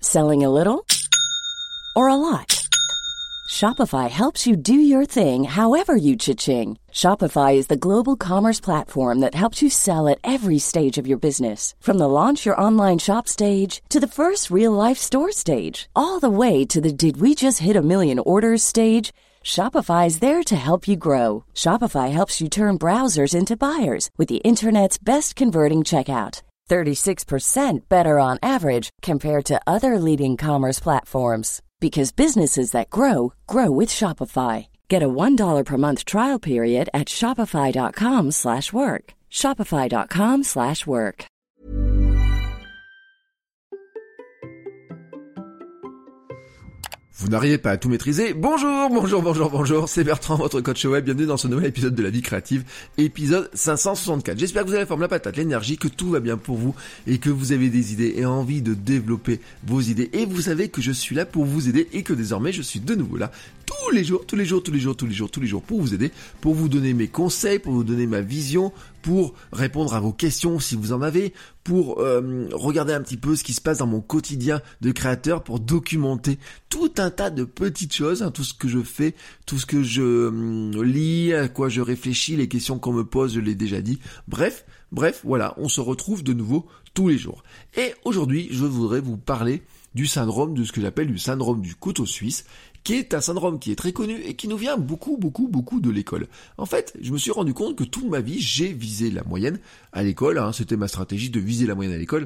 Selling a little or a lot? Shopify helps you do your thing however you cha-ching. Shopify is the global commerce platform that helps you sell at every stage of your business. From the launch your online shop stage to the first real-life store stage, all the way to the did we just hit a million orders stage. Shopify is there to help you grow. Shopify helps you turn browsers into buyers with the internet's best converting checkout. 36% better on average compared to other leading commerce platforms. Because businesses that grow, grow with Shopify. Get a $1 per month trial period at shopify.com/work. Shopify.com/work. Vous n'arrivez pas à tout maîtriser. Bonjour, c'est Bertrand, votre coach web. Bienvenue dans ce nouvel épisode de La Vie Créative, épisode 564. J'espère que vous avez la forme, la patate, l'énergie, que tout va bien pour vous et que vous avez des idées et envie de développer vos idées. Et vous savez que je suis là pour vous aider et que désormais je suis de nouveau là tous les jours pour vous aider, pour vous donner mes conseils, pour vous donner ma vision, pour répondre à vos questions si vous en avez, pour regarder un petit peu ce qui se passe dans mon quotidien de créateur, pour documenter tout un tas de petites choses, tout ce que je fais, tout ce que je lis, à quoi je réfléchis, les questions qu'on me pose, je l'ai déjà dit. Bref, voilà, on se retrouve de nouveau tous les jours. Et aujourd'hui, je voudrais vous parler du syndrome, de ce que j'appelle le syndrome du couteau suisse, qui est un syndrome qui est très connu et qui nous vient beaucoup de l'école. En fait, je me suis rendu compte que toute ma vie, j'ai visé la moyenne à l'école, c'était ma stratégie de viser la moyenne à l'école.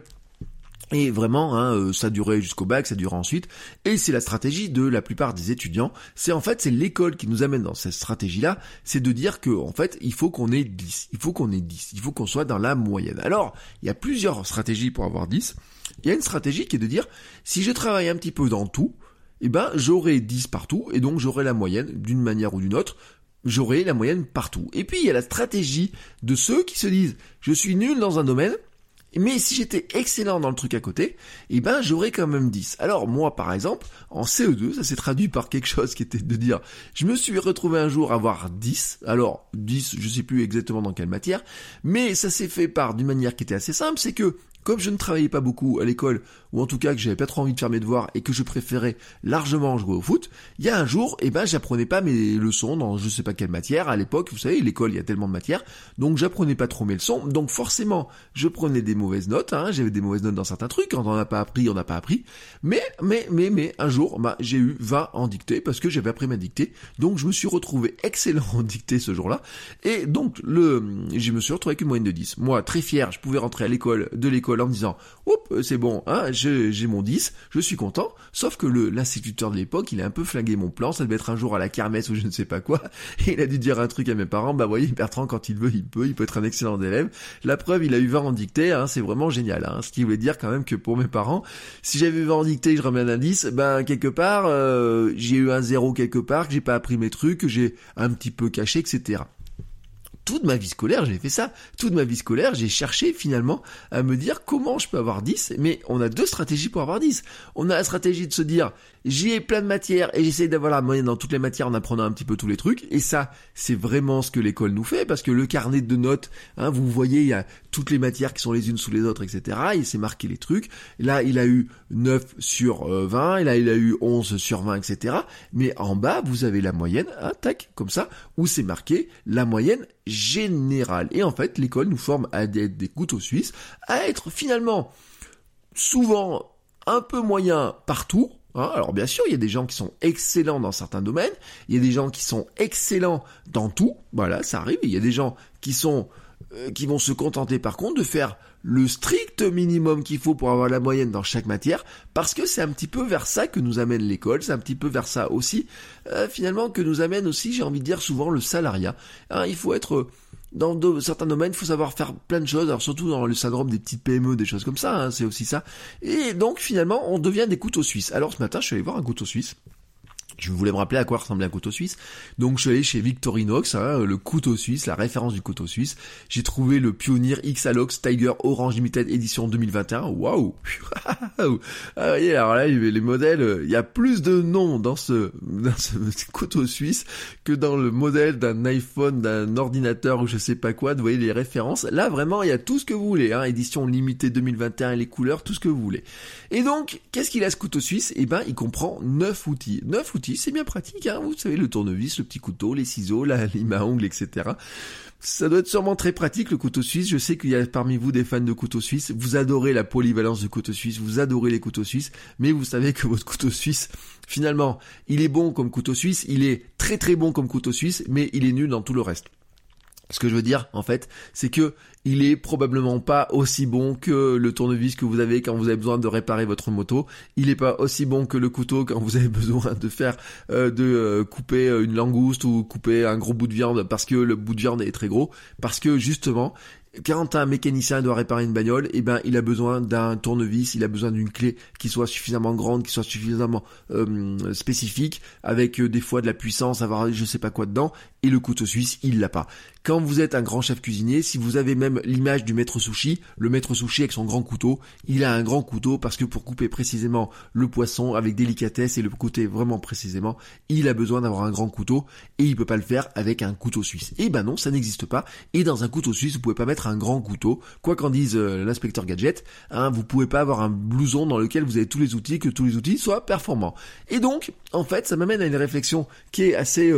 Et vraiment, ça durait jusqu'au bac, ça durait ensuite, et c'est la stratégie de la plupart des étudiants. C'est l'école qui nous amène dans cette stratégie-là, c'est de dire que en fait, il faut qu'on ait 10, il faut qu'on soit dans la moyenne. Alors, il y a plusieurs stratégies pour avoir 10. Il y a une stratégie qui est de dire, si je travaille un petit peu dans tout, j'aurai 10 partout, et donc j'aurai la moyenne d'une manière ou d'une autre. J'aurai la moyenne partout. Et puis, il y a la stratégie de ceux qui se disent, je suis nul dans un domaine, mais si j'étais excellent dans le truc à côté, j'aurais quand même 10. Alors moi, par exemple, en CE2, ça s'est traduit par quelque chose qui était de dire, je me suis retrouvé un jour à avoir 10. Alors 10, je sais plus exactement dans quelle matière, mais ça s'est fait d'une manière qui était assez simple, c'est que comme je ne travaillais pas beaucoup à l'école, ou en tout cas que j'avais pas trop envie de faire mes devoirs et que je préférais largement jouer au foot, il y a un jour, j'apprenais pas mes leçons dans je sais pas quelle matière. À l'époque, vous savez, l'école, il y a tellement de matières, donc j'apprenais pas trop mes leçons, donc forcément, je prenais des mauvaises notes, j'avais des mauvaises notes dans certains trucs, quand on n'a pas appris, on n'a pas appris, mais, un jour, j'ai eu 20 en dictée, parce que j'avais appris ma dictée, donc je me suis retrouvé excellent en dictée ce jour-là, et donc, je me suis retrouvé avec une moyenne de 10. Moi, très fier, je pouvais rentrer de l'école en me disant, c'est bon, j'ai mon 10, je suis content, sauf que l'instituteur de l'époque, il a un peu flingué mon plan, ça devait être un jour à la kermesse ou je ne sais pas quoi, et il a dû dire un truc à mes parents, voyez, Bertrand, quand il veut, il peut être un excellent élève. La preuve, il a eu 20 en dictée, c'est vraiment génial, ce qui voulait dire quand même que pour mes parents, si j'avais eu 20 en dictée et que je remets un indice, quelque part, j'ai eu un 0 quelque part, que j'ai pas appris mes trucs, que j'ai un petit peu caché, etc. Toute ma vie scolaire, j'ai fait ça. Toute ma vie scolaire, j'ai cherché finalement à me dire comment je peux avoir 10. Mais on a deux stratégies pour avoir 10. On a la stratégie de se dire, j'ai plein de matières et j'essaye d'avoir la moyenne dans toutes les matières en apprenant un petit peu tous les trucs. Et ça, c'est vraiment ce que l'école nous fait, parce que le carnet de notes, vous voyez, il y a toutes les matières qui sont les unes sous les autres, etc. Il s'est marqué les trucs. Là, il a eu 9 sur 20. Et là, il a eu 11 sur 20, etc. Mais en bas, vous avez la moyenne, tac, comme ça, où c'est marqué la moyenne générale. Et en fait, l'école nous forme à être des couteaux suisses, à être finalement souvent un peu moyen partout. Alors bien sûr, il y a des gens qui sont excellents dans certains domaines, il y a des gens qui sont excellents dans tout, voilà, ça arrive. Il y a des gens qui vont se contenter par contre de faire le strict minimum qu'il faut pour avoir la moyenne dans chaque matière, parce que c'est un petit peu vers ça que nous amène l'école, c'est un petit peu vers ça aussi, finalement, que nous amène aussi, j'ai envie de dire souvent, le salariat. Il faut être, dans certains domaines, il faut savoir faire plein de choses, alors surtout dans le syndrome des petites PME, des choses comme ça, c'est aussi ça. Et donc finalement, on devient des couteaux suisses. Alors ce matin, je suis allé voir un couteau suisse. Je voulais me rappeler à quoi ressemblait un couteau suisse. Donc je suis allé chez Victorinox, le couteau suisse, la référence du couteau suisse. J'ai trouvé le Pioneer Xalox Tiger Orange Limited Edition 2021. Waouh. Ah oui, alors là, les modèles, il y a plus de noms dans ce couteau suisse que dans le modèle d'un iPhone, d'un ordinateur ou je sais pas quoi. Vous voyez les références. Là, vraiment, il y a tout ce que vous voulez, édition limitée 2021, les couleurs, tout ce que vous voulez. Et donc, qu'est-ce qu'il a ce couteau suisse? Eh ben, il comprend 9 outils. 9 outils, c'est bien pratique, vous savez, le tournevis, le petit couteau, les ciseaux, la lime à ongles, etc. Ça doit être sûrement très pratique, le couteau suisse. Je sais qu'il y a parmi vous des fans de couteau suisse. Vous adorez la polyvalence du couteau suisse, vous adorez les couteaux suisses, mais vous savez que votre couteau suisse, finalement, il est bon comme couteau suisse, il est très très bon comme couteau suisse, mais il est nul dans tout le reste. Ce que je veux dire, en fait, c'est que il est probablement pas aussi bon que le tournevis que vous avez quand vous avez besoin de réparer votre moto. Il est pas aussi bon que le couteau quand vous avez besoin de faire, couper une langouste ou couper un gros bout de viande parce que le bout de viande est très gros. Parce que justement, quand un mécanicien doit réparer une bagnole, eh ben, il a besoin d'un tournevis, il a besoin d'une clé qui soit suffisamment grande, qui soit suffisamment spécifique, avec des fois de la puissance, avoir je sais pas quoi dedans, et le couteau suisse, il l'a pas. Quand vous êtes un grand chef cuisinier, si vous avez même l'image du maître sushi, le maître sushi avec son grand couteau, il a un grand couteau parce que pour couper précisément le poisson avec délicatesse et le couper vraiment précisément, il a besoin d'avoir un grand couteau et il peut pas le faire avec un couteau suisse. Et ben non, ça n'existe pas. Et dans un couteau suisse, vous pouvez pas mettre un grand couteau. Quoi qu'en dise l'inspecteur Gadget, vous pouvez pas avoir un blouson dans lequel vous avez tous les outils, que tous les outils soient performants. Et donc, en fait, ça m'amène à une réflexion qui est assez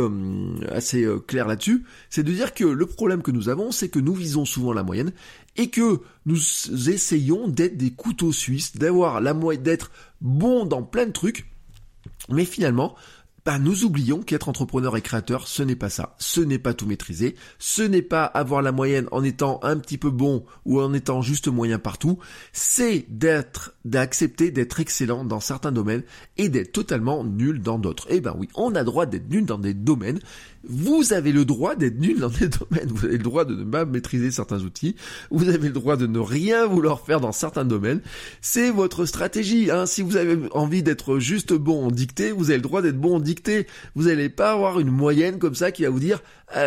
claire là-dessus, c'est de dire que le problème que nous avons, c'est que nous visons souvent la moyenne et que nous essayons d'être des couteaux suisses, d'avoir la moyenne, d'être bon dans plein de trucs, mais finalement, nous oublions qu'être entrepreneur et créateur, ce n'est pas ça. Ce n'est pas tout maîtriser. Ce n'est pas avoir la moyenne en étant un petit peu bon ou en étant juste moyen partout. C'est d'accepter d'être excellent dans certains domaines et d'être totalement nul dans d'autres. Eh ben oui, on a le droit d'être nul dans des domaines. Vous avez le droit d'être nul dans des domaines. Vous avez le droit de ne pas maîtriser certains outils. Vous avez le droit de ne rien vouloir faire dans certains domaines. C'est votre stratégie. Si vous avez envie d'être juste bon en dictée, vous avez le droit d'être bon en dictée. Vous n'allez pas avoir une moyenne comme ça qui va vous dire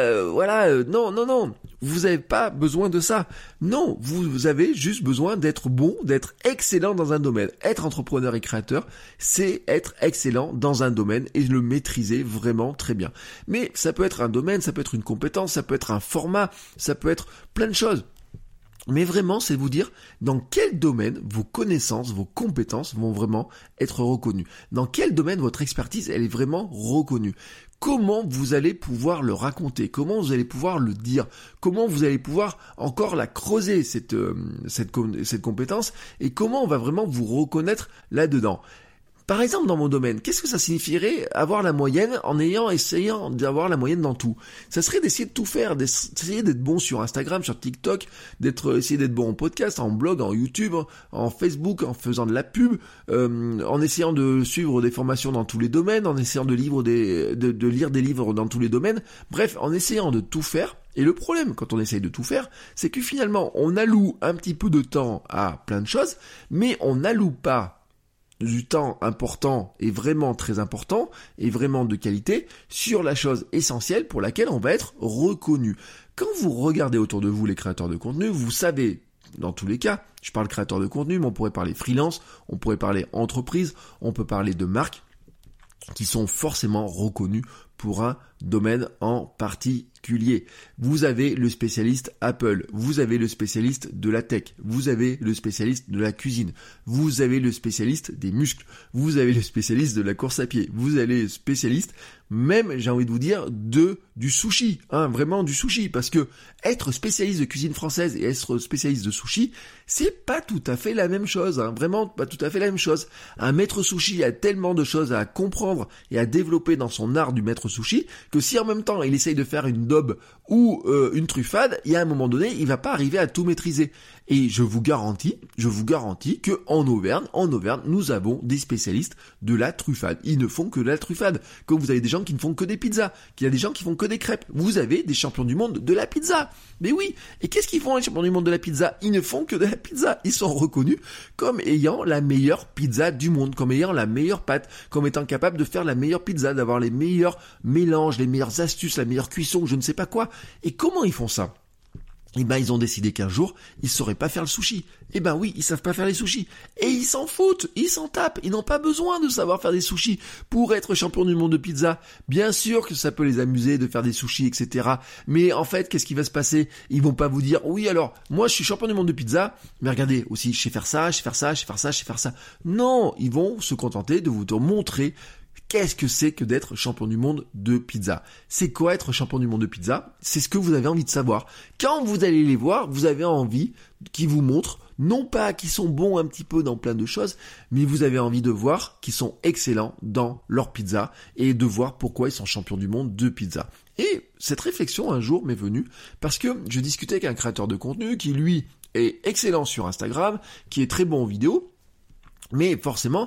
non, vous n'avez pas besoin de ça. Non, vous avez juste besoin d'être bon, d'être excellent dans un domaine. Être entrepreneur et créateur, c'est être excellent dans un domaine et le maîtriser vraiment très bien. Mais ça peut être un domaine, ça peut être une compétence, ça peut être un format, ça peut être plein de choses. Mais vraiment, c'est vous dire dans quel domaine vos connaissances, vos compétences vont vraiment être reconnues. Dans quel domaine votre expertise, elle est vraiment reconnue. Comment vous allez pouvoir le raconter, comment vous allez pouvoir le dire, comment vous allez pouvoir encore la creuser, cette compétence, et comment on va vraiment vous reconnaître là-dedans. Par exemple, dans mon domaine, qu'est-ce que ça signifierait avoir la moyenne en essayant d'avoir la moyenne dans tout? Ça serait d'essayer de tout faire, d'essayer d'être bon sur Instagram, sur TikTok, essayer d'être bon en podcast, en blog, en YouTube, en Facebook, en faisant de la pub, en essayant de suivre des formations dans tous les domaines, en essayant de lire des livres dans tous les domaines. Bref, en essayant de tout faire. Et le problème, quand on essaye de tout faire, c'est que finalement, on alloue un petit peu de temps à plein de choses, mais on n'alloue pas du temps important et vraiment très important et vraiment de qualité sur la chose essentielle pour laquelle on va être reconnu. Quand vous regardez autour de vous les créateurs de contenu, vous savez, dans tous les cas, je parle créateur de contenu, mais on pourrait parler freelance, on pourrait parler entreprise, on peut parler de marques qui sont forcément reconnus pour un domaine en particulier. Vous avez le spécialiste Apple, vous avez le spécialiste de la tech, vous avez le spécialiste de la cuisine, vous avez le spécialiste des muscles, vous avez le spécialiste de la course à pied, vous avez le spécialiste, même j'ai envie de vous dire, du sushi, vraiment du sushi, parce que être spécialiste de cuisine française et être spécialiste de sushi, c'est pas tout à fait la même chose, vraiment pas tout à fait la même chose. Un maître sushi a tellement de choses à comprendre et à développer dans son art du maître sushi, que si en même temps il essaye de faire une daube ou une truffade, il y a un moment donné, il va pas arriver à tout maîtriser. Et je vous garantis que en Auvergne, nous avons des spécialistes de la truffade. Ils ne font que de la truffade. Comme vous avez des gens qui ne font que des pizzas, qu'il y a des gens qui font que des crêpes. Vous avez des champions du monde de la pizza. Mais oui. Et qu'est-ce qu'ils font les champions du monde de la pizza? Ils ne font que de la pizza. Ils sont reconnus comme ayant la meilleure pizza du monde, comme ayant la meilleure pâte, comme étant capable de faire la meilleure pizza, d'avoir les meilleurs mélanges, les meilleures astuces, la meilleure cuisson, je ne sais pas quoi. Et comment ils font ça? Eh ben, ils ont décidé qu'un jour, ils sauraient pas faire le sushi. Eh ben oui, ils savent pas faire les sushis. Et ils s'en foutent, ils s'en tapent. Ils n'ont pas besoin de savoir faire des sushis pour être champion du monde de pizza. Bien sûr que ça peut les amuser de faire des sushis, etc. Mais en fait, qu'est-ce qui va se passer? Ils vont pas vous dire, oui alors, moi je suis champion du monde de pizza, mais regardez, aussi, je sais faire ça, je sais faire ça, je sais faire ça, je sais faire ça. Non, ils vont se contenter de vous montrer qu'est-ce que c'est que d'être champion du monde de pizza. C'est quoi être champion du monde de pizza? C'est ce que vous avez envie de savoir. Quand vous allez les voir, vous avez envie qu'ils vous montrent, non pas qu'ils sont bons un petit peu dans plein de choses, mais vous avez envie de voir qu'ils sont excellents dans leur pizza et de voir pourquoi ils sont champions du monde de pizza. Et cette réflexion un jour m'est venue parce que je discutais avec un créateur de contenu qui lui est excellent sur Instagram, qui est très bon en vidéo. Mais forcément,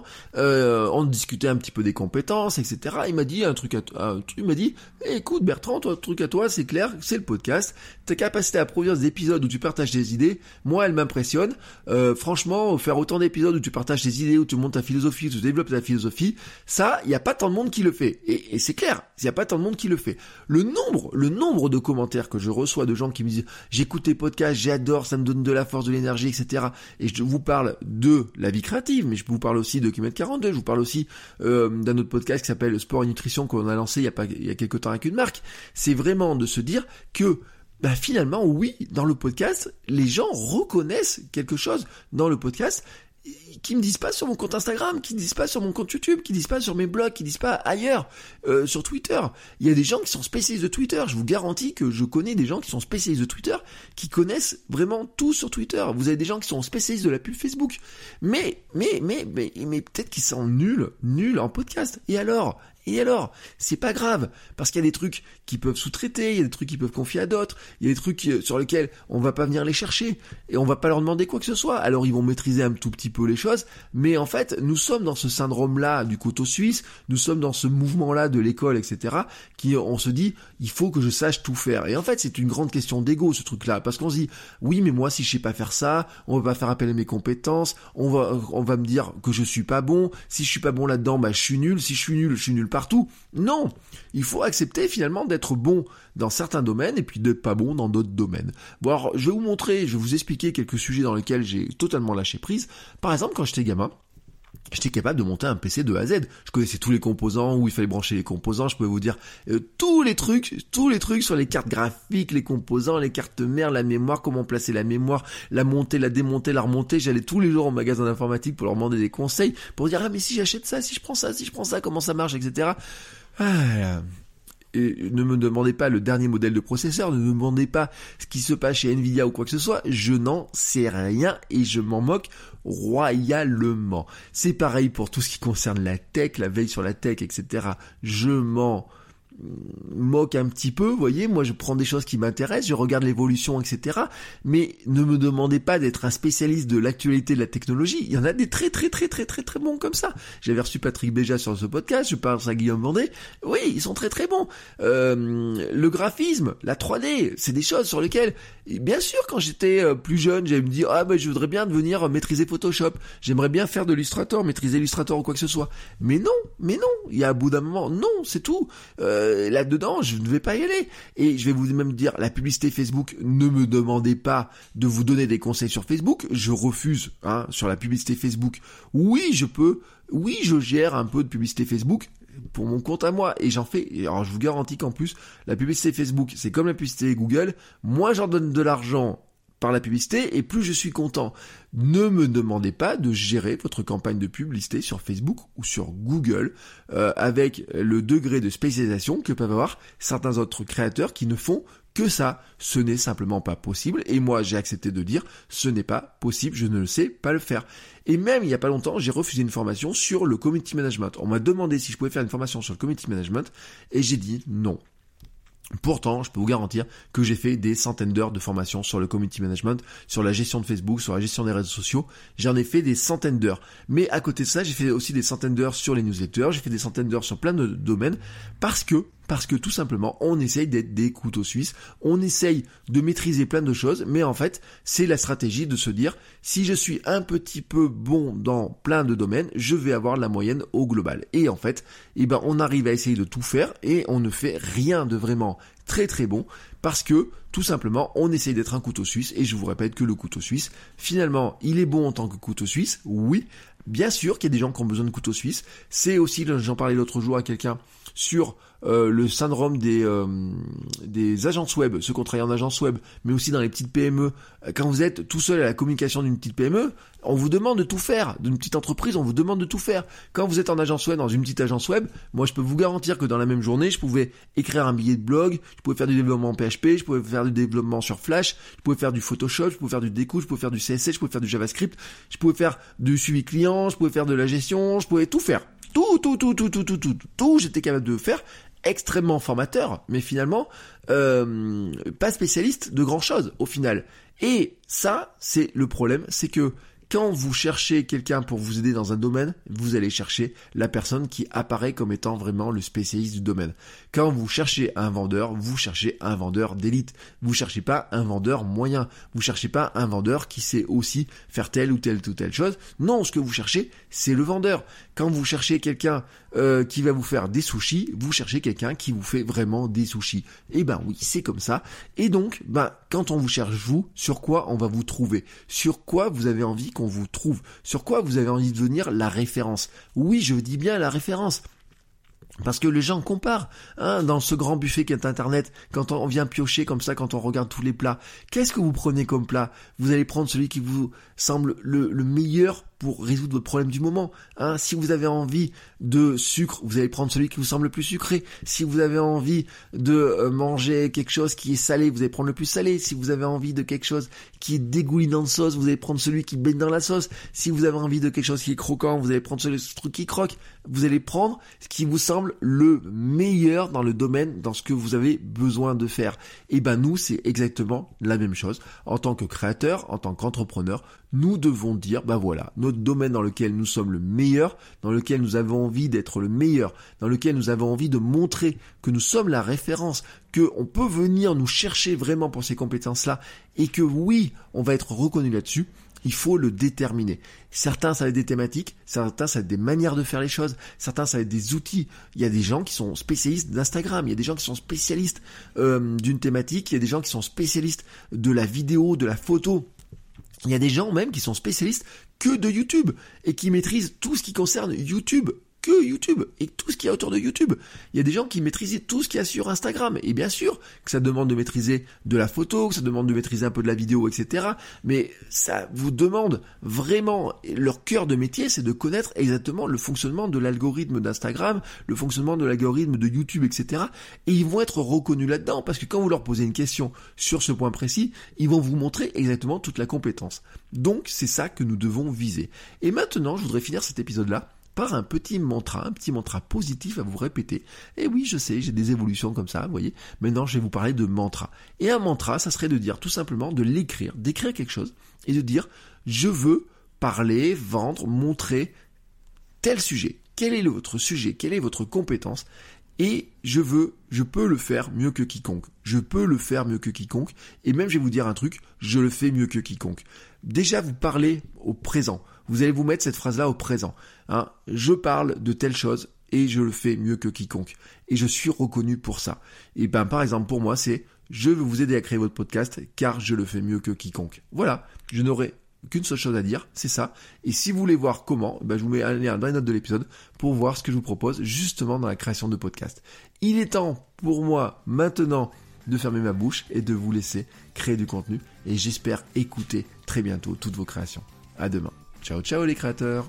on discutait un petit peu des compétences, etc. Il m'a dit il m'a dit, écoute Bertrand, toi, truc à toi, c'est clair, c'est le podcast. Ta capacité à produire des épisodes où tu partages des idées, moi, elle m'impressionne. Franchement, faire autant d'épisodes où tu partages des idées, où tu montes ta philosophie, où tu développes ta philosophie, ça, il n'y a pas tant de monde qui le fait. Et c'est clair, il n'y a pas tant de monde qui le fait. Le nombre de commentaires que je reçois de gens qui me disent, j'écoute tes podcasts, j'adore, ça me donne de la force, de l'énergie, etc. Et je vous parle de la vie créative, mais je vous parle aussi de Kilomètre 42, je vous parle aussi d'un autre podcast qui s'appelle Sport et Nutrition qu'on a lancé il y a quelques temps avec une marque. C'est vraiment de se dire que finalement, oui, dans le podcast, les gens reconnaissent quelque chose dans le podcast qui me disent pas sur mon compte Instagram, qui disent pas sur mon compte YouTube, qui disent pas sur mes blogs, qui disent pas ailleurs, sur Twitter. Il y a des gens qui sont spécialistes de Twitter. Je vous garantis que je connais des gens qui sont spécialistes de Twitter, qui connaissent vraiment tout sur Twitter. Vous avez des gens qui sont spécialistes de la pub Facebook. Mais peut-être qu'ils sont nuls en podcast. Et alors, c'est pas grave, parce qu'il y a des trucs qui peuvent sous-traiter, il y a des trucs qui peuvent confier à d'autres, il y a des trucs sur lesquels on va pas venir les chercher, et on va pas leur demander quoi que ce soit. Alors ils vont maîtriser un tout petit peu les choses, mais en fait, nous sommes dans ce syndrome-là du couteau suisse, nous sommes dans ce mouvement-là de l'école, etc., on se dit, il faut que je sache tout faire. Et en fait, c'est une grande question d'ego, ce truc-là, parce qu'on se dit, oui, mais moi, si je sais pas faire ça, on va pas faire appel à mes compétences, on va me dire que je suis pas bon, si je suis pas bon là-dedans, je suis nul, si je suis nul partout. Non, il faut accepter finalement d'être bon dans certains domaines et puis d'être pas bon dans d'autres domaines. Bon alors, je vais vous expliquer quelques sujets dans lesquels j'ai totalement lâché prise. Par exemple, quand j'étais gamin, j'étais capable de monter un PC de A à Z. Je connaissais tous les composants, où il fallait brancher les composants. Je pouvais vous dire tous les trucs sur les cartes graphiques, les composants, les cartes mères, la mémoire, comment placer la mémoire, la monter, la démonter, la remonter. J'allais tous les jours au magasin d'informatique pour leur demander des conseils, pour dire mais si j'achète ça, si je prends ça, comment ça marche, etc. Et ne me demandez pas le dernier modèle de processeur, ne me demandez pas ce qui se passe chez Nvidia ou quoi que ce soit, je n'en sais rien et je m'en moque royalement. C'est pareil pour tout ce qui concerne la tech, la veille sur la tech, etc. Je m'en moque un petit peu, vous voyez, moi je prends des choses qui m'intéressent, je regarde l'évolution, etc. Mais ne me demandez pas d'être un spécialiste de l'actualité de la technologie, il y en a des très bons comme ça. J'avais reçu Patrick Béja sur ce podcast, je parle à Guillaume Vendée, oui, ils sont très bons. Le graphisme, la 3D, c'est des choses sur lesquelles, bien sûr, quand j'étais plus jeune, j'allais me dire, je voudrais bien devenir maîtriser Photoshop, j'aimerais bien faire de l'Illustrator, maîtriser l'Illustrator ou quoi que ce soit. Mais non, il y a un bout d'un moment, non, c'est tout. Là-dedans, je ne vais pas y aller. Et je vais vous même dire, la publicité Facebook, ne me demandez pas de vous donner des conseils sur Facebook. Je refuse, sur la publicité Facebook. Oui, je gère un peu de publicité Facebook pour mon compte à moi. Et j'en fais, alors je vous garantis qu'en plus, la publicité Facebook, c'est comme la publicité Google. Moi, j'en donne de l'argent par la publicité et plus je suis content. Ne me demandez pas de gérer votre campagne de publicité sur Facebook ou sur Google avec le degré de spécialisation que peuvent avoir certains autres créateurs qui ne font que ça. Ce n'est simplement pas possible et moi j'ai accepté de dire ce n'est pas possible, je ne sais pas le faire. Et même il y a pas longtemps, j'ai refusé une formation sur le community management. On m'a demandé si je pouvais faire une formation sur le community management et j'ai dit non. Pourtant, je peux vous garantir que j'ai fait des centaines d'heures de formation sur le community management, sur la gestion de Facebook, sur la gestion des réseaux sociaux. J'en ai fait des centaines d'heures. Mais à côté de ça, j'ai fait aussi des centaines d'heures sur les newsletters, j'ai fait des centaines d'heures sur plein de domaines parce que tout simplement, on essaye d'être des couteaux suisses, on essaye de maîtriser plein de choses, mais en fait, c'est la stratégie de se dire, si je suis un petit peu bon dans plein de domaines, je vais avoir la moyenne au global. Et en fait, on arrive à essayer de tout faire et on ne fait rien de vraiment très très bon parce que tout simplement on essaye d'être un couteau suisse et je vous répète que le couteau suisse finalement il est bon en tant que couteau suisse, oui, bien sûr qu'il y a des gens qui ont besoin de couteau suisse, c'est aussi, j'en parlais l'autre jour à quelqu'un sur le syndrome des agences web, ceux qui ont travaillé en agence web, mais aussi dans les petites PME. Quand vous êtes tout seul à la communication d'une petite PME, on vous demande de tout faire. D'une petite entreprise, on vous demande de tout faire. Quand vous êtes en agence web, dans une petite agence web, moi je peux vous garantir que dans la même journée, je pouvais écrire un billet de blog, je pouvais faire du développement en PHP, je pouvais faire du développement sur Flash, je pouvais faire du Photoshop, je pouvais faire du découpe, je pouvais faire du CSS, je pouvais faire du JavaScript, je pouvais faire du suivi client, je pouvais faire de la gestion, je pouvais tout faire. Tout, j'étais capable de faire, extrêmement formateur, mais finalement, pas spécialiste de grand chose, au final. Et ça, c'est le problème, c'est que quand vous cherchez quelqu'un pour vous aider dans un domaine, vous allez chercher la personne qui apparaît comme étant vraiment le spécialiste du domaine. Quand vous cherchez un vendeur, vous cherchez un vendeur d'élite. Vous cherchez pas un vendeur moyen. Vous cherchez pas un vendeur qui sait aussi faire telle ou telle chose. Non, ce que vous cherchez, c'est le vendeur. Quand vous cherchez quelqu'un qui va vous faire des sushis, vous cherchez quelqu'un qui vous fait vraiment des sushis. Et oui, c'est comme ça. Et donc, quand on vous cherche vous, sur quoi on va vous trouver? Sur quoi vous avez envie qu'on vous trouve? Sur quoi vous avez envie de devenir la référence? Oui, je dis bien la référence. Parce que les gens comparent, dans ce grand buffet qu'est Internet, quand on vient piocher comme ça, quand on regarde tous les plats, qu'est-ce que vous prenez comme plat? Vous allez prendre celui qui vous semble le meilleur pour résoudre votre problème du moment. Si vous avez envie de sucre, vous allez prendre celui qui vous semble le plus sucré. Si vous avez envie de manger quelque chose qui est salé, vous allez prendre le plus salé. Si vous avez envie de quelque chose qui est dégoulinant de sauce, vous allez prendre celui qui baigne dans la sauce. Si vous avez envie de quelque chose qui est croquant, vous allez prendre ce truc qui croque. Vous allez prendre ce qui vous semble le meilleur dans le domaine, dans ce que vous avez besoin de faire. Et nous, c'est exactement la même chose. En tant que créateur, en tant qu'entrepreneur, nous devons dire, voilà, notre domaine dans lequel nous sommes le meilleur, dans lequel nous avons envie d'être le meilleur, dans lequel nous avons envie de montrer que nous sommes la référence, qu'on peut venir nous chercher vraiment pour ces compétences-là, et que oui, on va être reconnu là-dessus. Il faut le déterminer. Certains, ça va être des thématiques, certains, ça va être des manières de faire les choses, certains, ça va être des outils. Il y a des gens qui sont spécialistes d'Instagram, il y a des gens qui sont spécialistes d'une thématique, il y a des gens qui sont spécialistes de la vidéo, de la photo. Il y a des gens même qui sont spécialistes que de YouTube et qui maîtrisent tout ce qui concerne YouTube. Que YouTube et tout ce qu'il y a autour de YouTube. Il y a des gens qui maîtrisent tout ce qu'il y a sur Instagram. Et bien sûr que ça demande de maîtriser de la photo, que ça demande de maîtriser un peu de la vidéo, etc. Mais ça vous demande vraiment, leur cœur de métier, c'est de connaître exactement le fonctionnement de l'algorithme d'Instagram, le fonctionnement de l'algorithme de YouTube, etc. Et ils vont être reconnus là-dedans parce que quand vous leur posez une question sur ce point précis, ils vont vous montrer exactement toute la compétence. Donc c'est ça que nous devons viser. Et maintenant, je voudrais finir cet épisode-là par un petit mantra positif à vous répéter. Et oui, je sais, j'ai des évolutions comme ça, vous voyez. Maintenant, je vais vous parler de mantra. Et un mantra, ça serait de dire tout simplement, de l'écrire, d'écrire quelque chose, et de dire, je veux parler, vendre, montrer tel sujet. Quel est votre sujet? Quelle est votre compétence? Et je peux le faire mieux que quiconque. Je peux le faire mieux que quiconque. Et même, je vais vous dire un truc, je le fais mieux que quiconque. Déjà, vous parlez au présent. Vous allez vous mettre cette phrase-là au présent. Je parle de telle chose et je le fais mieux que quiconque. Et je suis reconnu pour ça. Et par exemple, pour moi, c'est je veux vous aider à créer votre podcast car je le fais mieux que quiconque. Voilà, je n'aurai qu'une seule chose à dire, c'est ça. Et si vous voulez voir comment, je vous mets un lien dans les notes de l'épisode pour voir ce que je vous propose justement dans la création de podcast. Il est temps pour moi maintenant de fermer ma bouche et de vous laisser créer du contenu. Et j'espère écouter très bientôt toutes vos créations. À demain. Ciao, ciao les créateurs.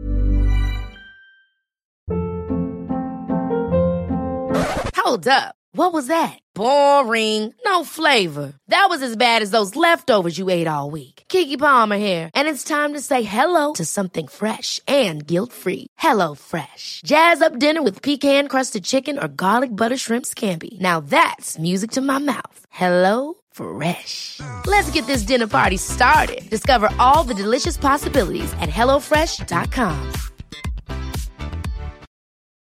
Hold up. What was that? Boring. No flavor. That was as bad as those leftovers you ate all week. Keke Palmer here, and it's time to say hello to something fresh and guilt-free. Hello Fresh. Jazz up dinner with pecan-crusted chicken or garlic butter shrimp scampi. Now that's music to my mouth. Hello Fresh. Let's get this dinner party started. Discover all the delicious possibilities at HelloFresh.com.